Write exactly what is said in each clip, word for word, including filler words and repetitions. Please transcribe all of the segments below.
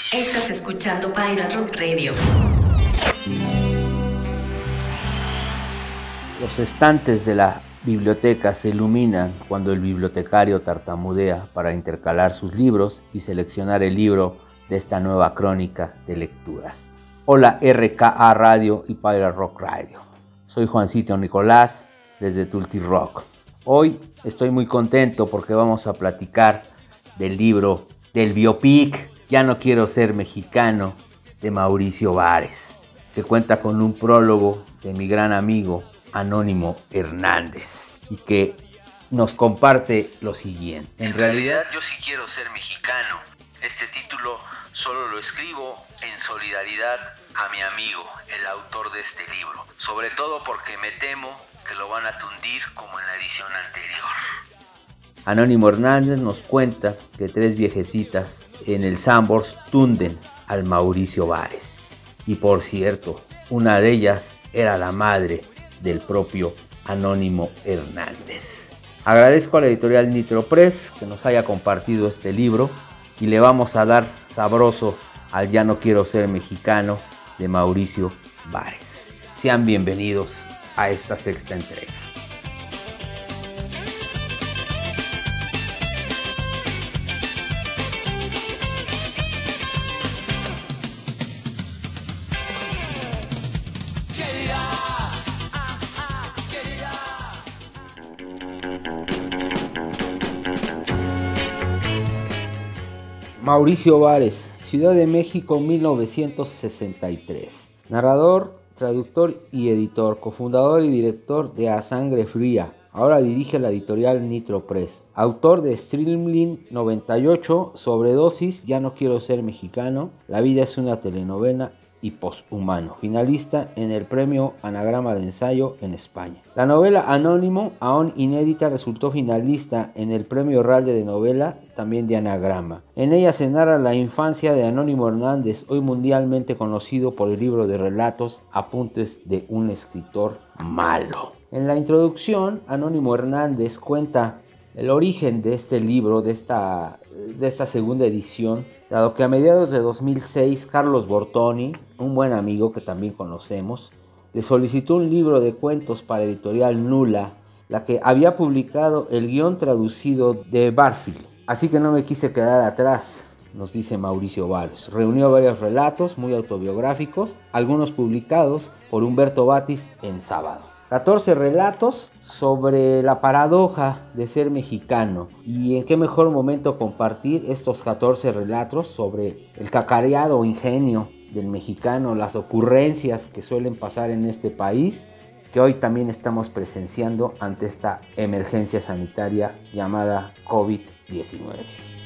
Estás escuchando Pirate Rock Radio. Los estantes de la biblioteca se iluminan cuando el bibliotecario tartamudea para intercalar sus libros y seleccionar el libro de esta nueva crónica de lecturas. Hola R K A Radio y Pirate Rock Radio. Soy Juancito Nicolás desde Tulti Rock. Hoy estoy muy contento porque vamos a platicar del libro del biopic Ya no quiero ser mexicano de Mauricio Bárez, que cuenta con un prólogo de mi gran amigo Anónimo Hernández y que nos comparte lo siguiente. En realidad yo sí quiero ser mexicano. Este título solo lo escribo en solidaridad a mi amigo, el autor de este libro. Sobre todo porque me temo que lo van a tundir como en la edición anterior. Anónimo Hernández nos cuenta que tres viejecitas en el Sambors tunden al Mauricio Bárez. Y por cierto, una de ellas era la madre del propio Anónimo Hernández. Agradezco a la editorial Nitro Press que nos haya compartido este libro y le vamos a dar sabroso al Ya no quiero ser mexicano de Mauricio Bárez. Sean bienvenidos a esta sexta entrega. Mauricio Bárez, Ciudad de México, mil novecientos sesenta y tres. Narrador, traductor y editor, cofundador y director de A Sangre Fría. Ahora dirige la editorial Nitro Press. Autor de Streamline noventa y ocho, Sobredosis, Ya no quiero ser mexicano, La vida es una telenovela y Poshumano. Finalista en el premio Anagrama de Ensayo en España. La novela Anónimo, aún inédita, resultó finalista en el premio Ralde de novela, también de Anagrama. En ella se narra la infancia de Anónimo Hernández, hoy mundialmente conocido por el libro de relatos Apuntes de un escritor malo. En la introducción, Anónimo Hernández cuenta el origen de este libro, de esta, de esta segunda edición, dado que a mediados de dos mil seis, Carlos Bortoni, un buen amigo que también conocemos, le solicitó un libro de cuentos para editorial Nula, la que había publicado el guión traducido de Barfield. Así que no me quise quedar atrás, nos dice Mauricio Bárez. Reunió varios relatos muy autobiográficos, algunos publicados por Humberto Batis en Sábado. catorce relatos sobre la paradoja de ser mexicano. Y en qué mejor momento compartir estos catorce relatos sobre el cacareado ingenio del mexicano, las ocurrencias que suelen pasar en este país, que hoy también estamos presenciando ante esta emergencia sanitaria llamada COVID diecinueve.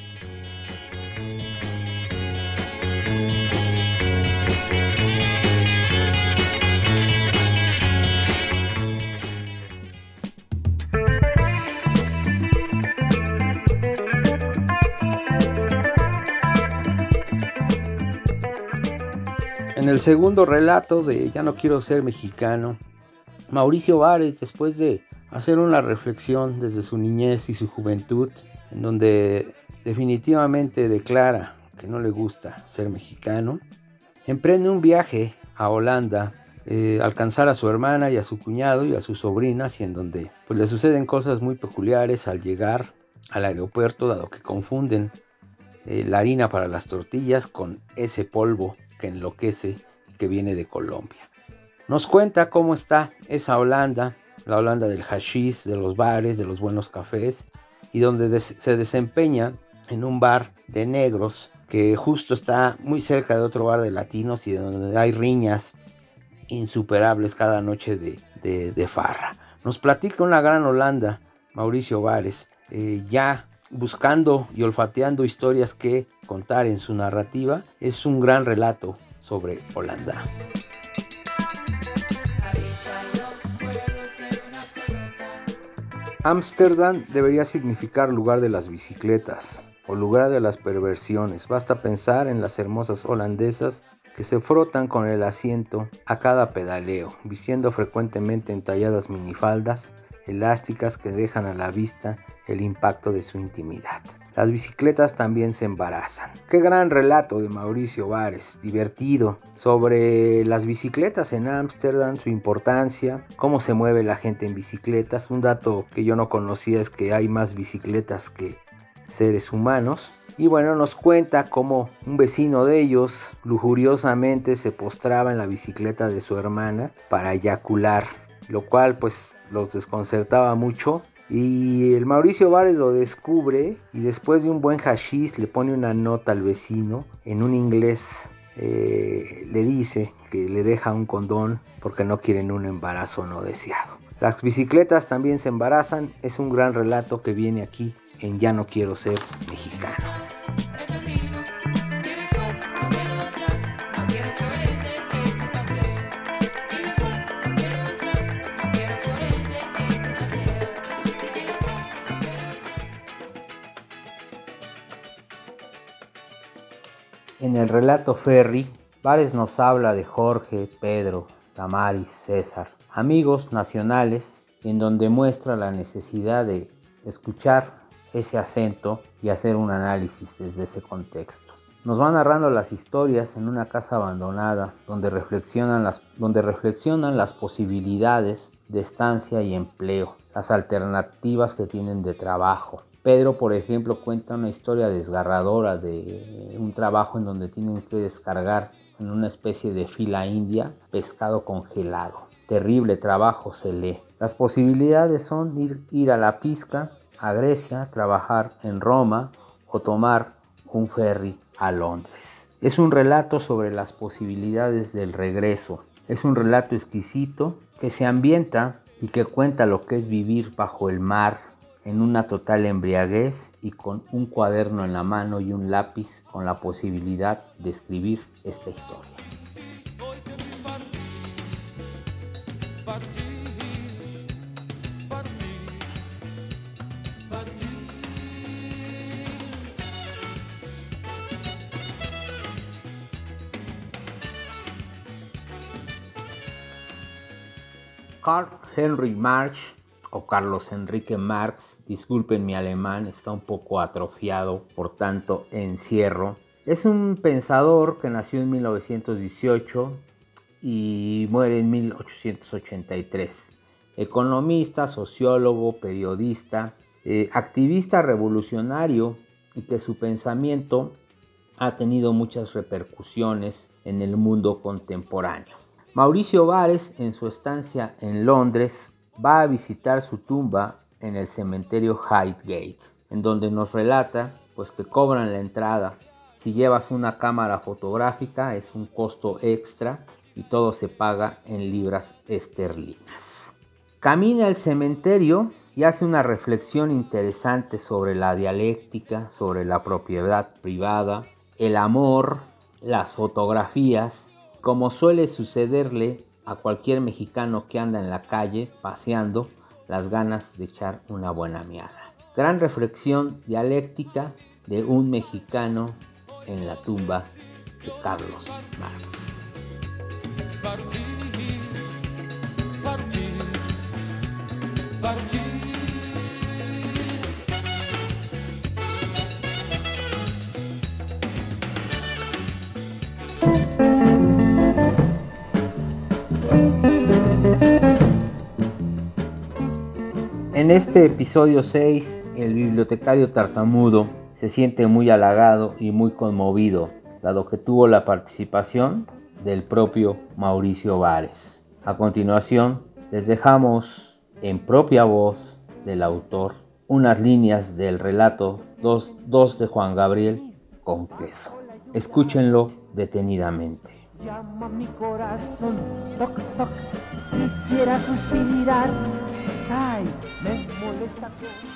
En el segundo relato de Ya no quiero ser mexicano, Mauricio Bárez, después de hacer una reflexión desde su niñez y su juventud, en donde definitivamente declara que no le gusta ser mexicano, emprende un viaje a Holanda, eh, alcanzar a su hermana y a su cuñado y a sus sobrinas, y en donde pues, le suceden cosas muy peculiares al llegar al aeropuerto, dado que confunden eh, la harina para las tortillas con ese polvo que enloquece y que viene de Colombia. Nos cuenta cómo está esa Holanda, la Holanda del hashish, de los bares, de los buenos cafés, y donde des- se desempeña en un bar de negros que justo está muy cerca de otro bar de latinos y donde hay riñas insuperables cada noche de, de, de farra. Nos platica una gran Holanda, Mauricio Bárez, eh, ya buscando y olfateando historias que contar en su narrativa. Es un gran relato sobre Holanda. Ámsterdam debería significar lugar de las bicicletas o lugar de las perversiones. Basta pensar en las hermosas holandesas que se frotan con el asiento a cada pedaleo, vistiendo frecuentemente entalladas minifaldas elásticas que dejan a la vista el impacto de su intimidad. Las bicicletas también se embarazan. Qué gran relato de Mauricio Bárez, divertido, sobre las bicicletas en Ámsterdam, su importancia, cómo se mueve la gente en bicicletas. Un dato que yo no conocía es que hay más bicicletas que seres humanos. Y bueno, nos cuenta cómo un vecino de ellos lujuriosamente se postraba en la bicicleta de su hermana para eyacular, lo cual pues los desconcertaba mucho. Y el Mauricio Bárez lo descubre y después de un buen hashish le pone una nota al vecino en un inglés. Eh, le dice que le deja un condón porque no quieren un embarazo no deseado. Las bicicletas también se embarazan. Es un gran relato que viene aquí en Ya no quiero ser mexicano. En el relato Ferry, Bárez nos habla de Jorge, Pedro, Damaris, César, amigos nacionales, en donde muestra la necesidad de escuchar ese acento y hacer un análisis desde ese contexto. Nos va narrando las historias en una casa abandonada donde reflexionan las, donde reflexionan las posibilidades de estancia y empleo, las alternativas que tienen de trabajo. Pedro, por ejemplo, cuenta una historia desgarradora de un trabajo en donde tienen que descargar en una especie de fila india pescado congelado. Terrible trabajo, se lee. Las posibilidades son ir, ir a la pizca, a Grecia, trabajar en Roma o tomar un ferry a Londres. Es un relato sobre las posibilidades del regreso. Es un relato exquisito que se ambienta y que cuenta lo que es vivir bajo el mar en una total embriaguez y con un cuaderno en la mano y un lápiz con la posibilidad de escribir esta historia. Carl Henry Marx o Carlos Enrique Marx, disculpen mi alemán, está un poco atrofiado por tanto encierro. Es un pensador que nació en mil novecientos dieciocho y muere en mil ochocientos ochenta y tres. Economista, sociólogo, periodista, eh, activista revolucionario y que su pensamiento ha tenido muchas repercusiones en el mundo contemporáneo. Mauricio Bárez, en su estancia en Londres, va a visitar su tumba en el cementerio Highgate, en donde nos relata pues, que cobran la entrada. Si llevas una cámara fotográfica es un costo extra y todo se paga en libras esterlinas. Camina al cementerio y hace una reflexión interesante sobre la dialéctica, sobre la propiedad privada, el amor, las fotografías, como suele sucederle a cualquier mexicano que anda en la calle paseando, las ganas de echar una buena miada. Gran reflexión dialéctica de un mexicano en la tumba de Carlos Marx. Partir, partir, partir. En este episodio seis, el bibliotecario tartamudo se siente muy halagado y muy conmovido, dado que tuvo la participación del propio Mauricio Bárez. A continuación, les dejamos en propia voz del autor unas líneas del relato dos de Juan Gabriel con queso. Escúchenlo detenidamente. Llama mi corazón, toc, toc, quisiera suspirar, ay, me molesta.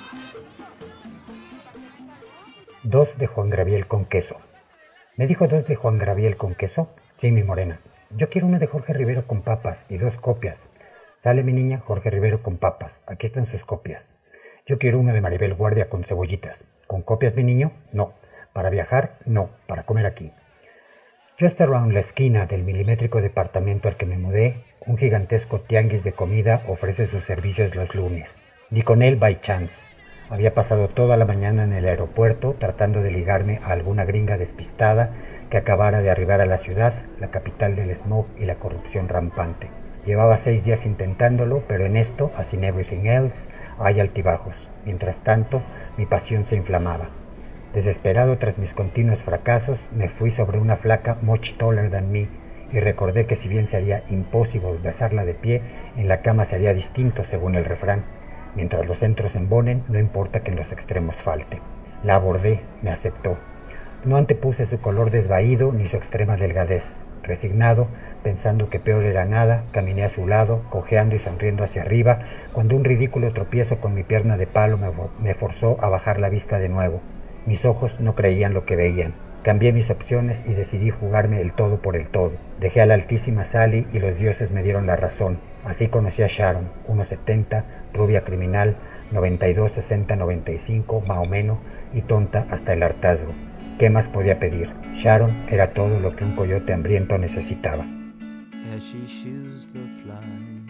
Dos de Juan Gabriel con queso. ¿Me dijo dos de Juan Gabriel con queso? Sí, mi morena. Yo quiero uno de Jorge Rivero con papas y dos copias. Sale mi niña, Jorge Rivero con papas. Aquí están sus copias. Yo quiero uno de Maribel Guardia con cebollitas. ¿Con copias, mi niño? No. Para viajar, no. Para comer aquí. Just around la esquina del milimétrico departamento al que me mudé, un gigantesco tianguis de comida ofrece sus servicios los lunes. Ni con él by chance. Había pasado toda la mañana en el aeropuerto tratando de ligarme a alguna gringa despistada que acabara de arribar a la ciudad, la capital del smog y la corrupción rampante. Llevaba seis días intentándolo, pero en esto, as in everything else, hay altibajos. Mientras tanto, mi pasión se inflamaba. Desesperado tras mis continuos fracasos, me fui sobre una flaca much taller than me y recordé que si bien sería imposible besarla de pie, en la cama sería distinto según el refrán. Mientras los centros embonen, no importa que en los extremos falte. La abordé, me aceptó. No antepuse su color desvaído ni su extrema delgadez. Resignado, pensando que peor era nada, caminé a su lado, cojeando y sonriendo hacia arriba, cuando un ridículo tropiezo con mi pierna de palo me, me forzó a bajar la vista de nuevo. Mis ojos no creían lo que veían. Cambié mis opciones y decidí jugarme el todo por el todo. Dejé a la altísima Sally y los dioses me dieron la razón. Así conocí a Sharon, uno setenta, rubia criminal, noventa y dos, sesenta, noventa y cinco, mahomeno y tonta hasta el hartazgo. ¿Qué más podía pedir? Sharon era todo lo que un coyote hambriento necesitaba. As she shoes the flies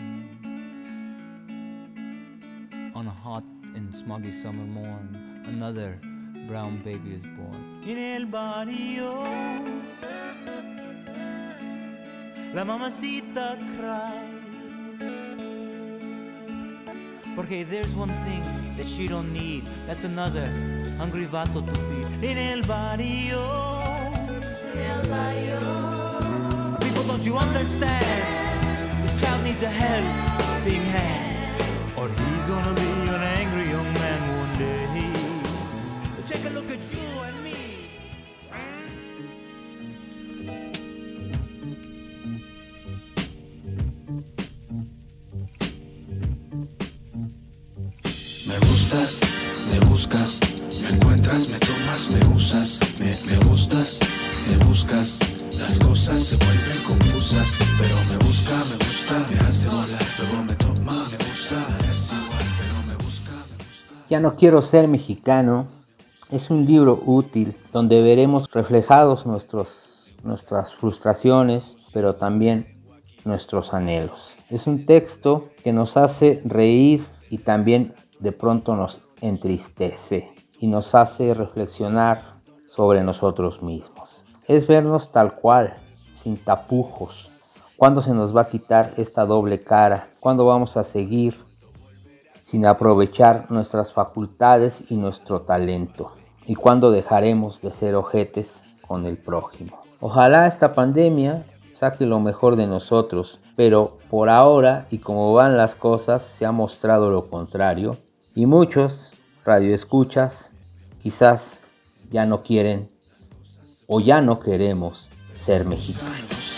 on a hot and smoggy summer morn, another brown baby is born. En el barrio, la mamacita cry, porque there's one thing that she don't need, that's another hungry vato to feed. En el barrio, en el barrio, people, don't you understand? This child needs a helping hand, or he's gonna be an angry young man one day. Take a look at you and me. Me gustas, me buscas, me encuentras, me tomas, me usas, me, me gustas, me buscas, las cosas se vuelven confusas, pero me busca, me gusta, me hace volar, luego me toma, me gusta, es igual, pero me busca, me gusta. Ya no quiero ser mexicano. Es un libro útil donde veremos reflejados nuestros, nuestras frustraciones, pero también nuestros anhelos. Es un texto que nos hace reír y también de pronto nos entristece y nos hace reflexionar sobre nosotros mismos. Es vernos tal cual, sin tapujos. ¿Cuándo se nos va a quitar esta doble cara? ¿Cuándo vamos a seguir sin aprovechar nuestras facultades y nuestro talento? ¿Y cuándo dejaremos de ser ojetes con el prójimo? Ojalá esta pandemia saque lo mejor de nosotros, pero por ahora y como van las cosas se ha mostrado lo contrario y muchos radioescuchas quizás ya no quieren o ya no queremos ser mexicanos.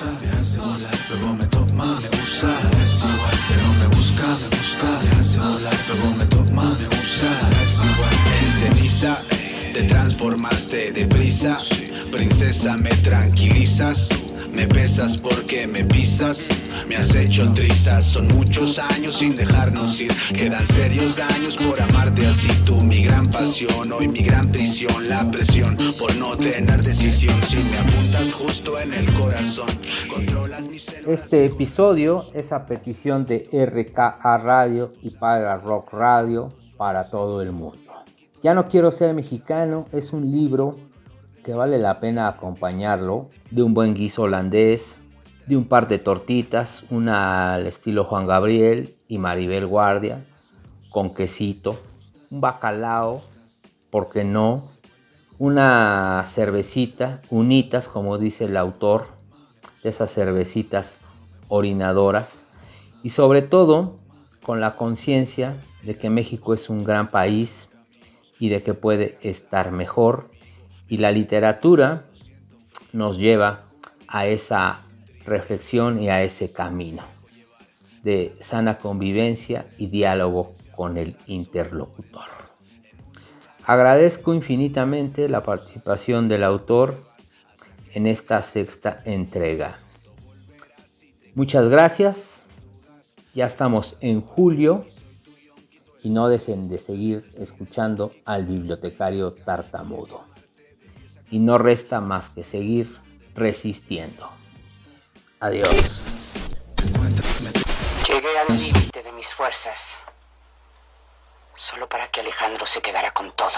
Te transformaste deprisa, princesa, me tranquilizas, me besas porque me pisas, me has hecho trizas. Son muchos años sin dejarnos ir, quedan serios daños por amarte así. Tú, mi gran pasión, hoy mi gran prisión, la presión por no tener decisión. Si me apuntas justo en el corazón, controlas mi ser. Este episodio es a petición de R K A Radio y para Rock Radio para todo el mundo. Ya no quiero ser mexicano es un libro que vale la pena acompañarlo de un buen guiso holandés, de un par de tortitas, una al estilo Juan Gabriel y Maribel Guardia, con quesito, un bacalao, ¿por qué no? Una cervecita, unitas, como dice el autor, de esas cervecitas orinadoras, y sobre todo con la conciencia de que México es un gran país y de que puede estar mejor, y la literatura nos lleva a esa reflexión y a ese camino de sana convivencia y diálogo con el interlocutor. Agradezco infinitamente la participación del autor en esta sexta entrega. Muchas gracias, ya estamos en julio. Y no dejen de seguir escuchando al bibliotecario tartamudo. Y no resta más que seguir resistiendo. Adiós. Llegué al límite de mis fuerzas. solo para que Alejandro se quedara con todo.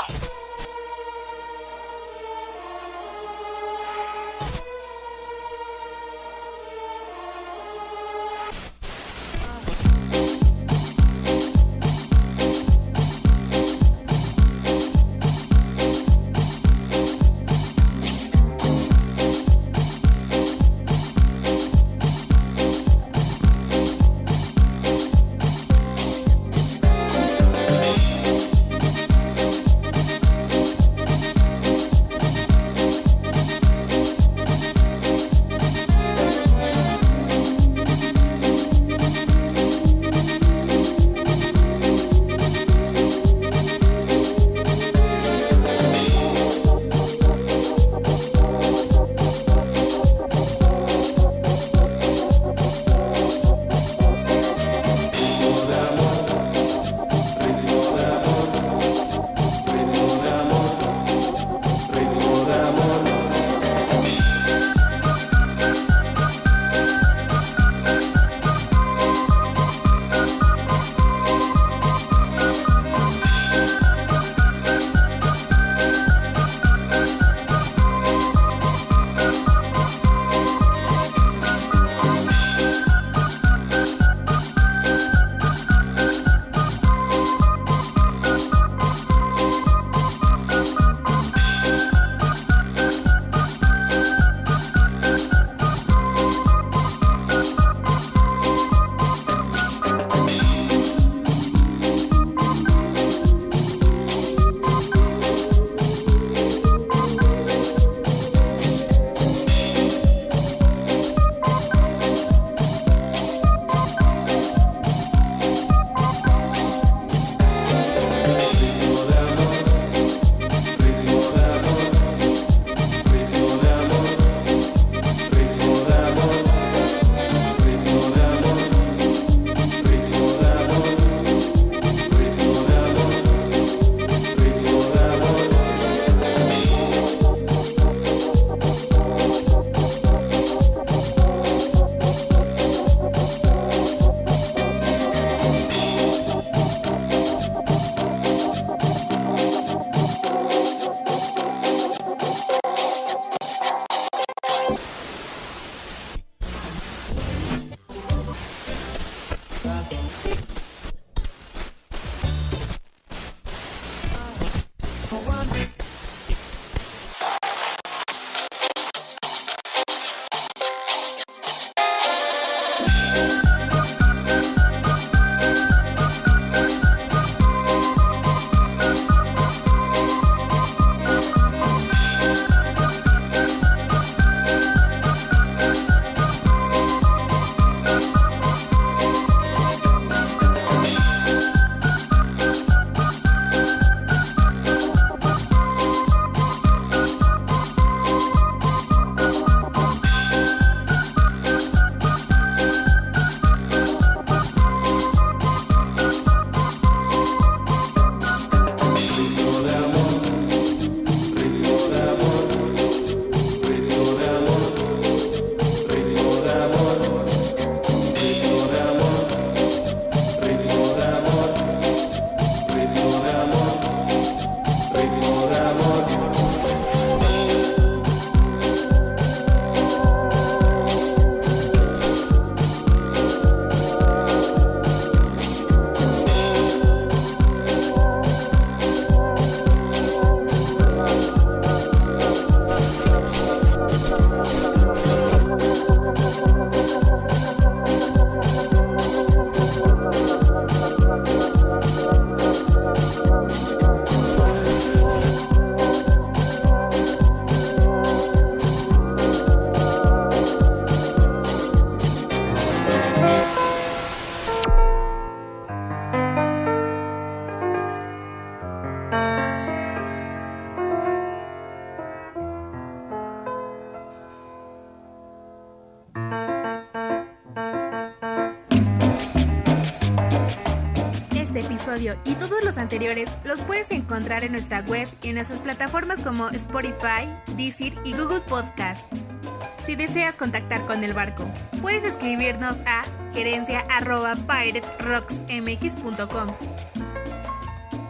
episodio y todos los anteriores los puedes encontrar en nuestra web y en nuestras plataformas como Spotify, Deezer y Google Podcast. Si deseas contactar con el barco, puedes escribirnos a gerencia arroba pirate rocks m x punto com.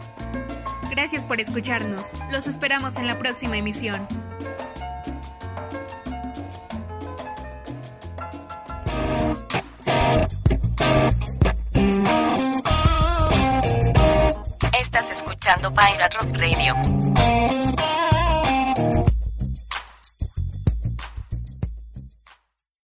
Gracias por escucharnos. Los esperamos en la próxima emisión. Estás escuchando Pirate Rock Radio.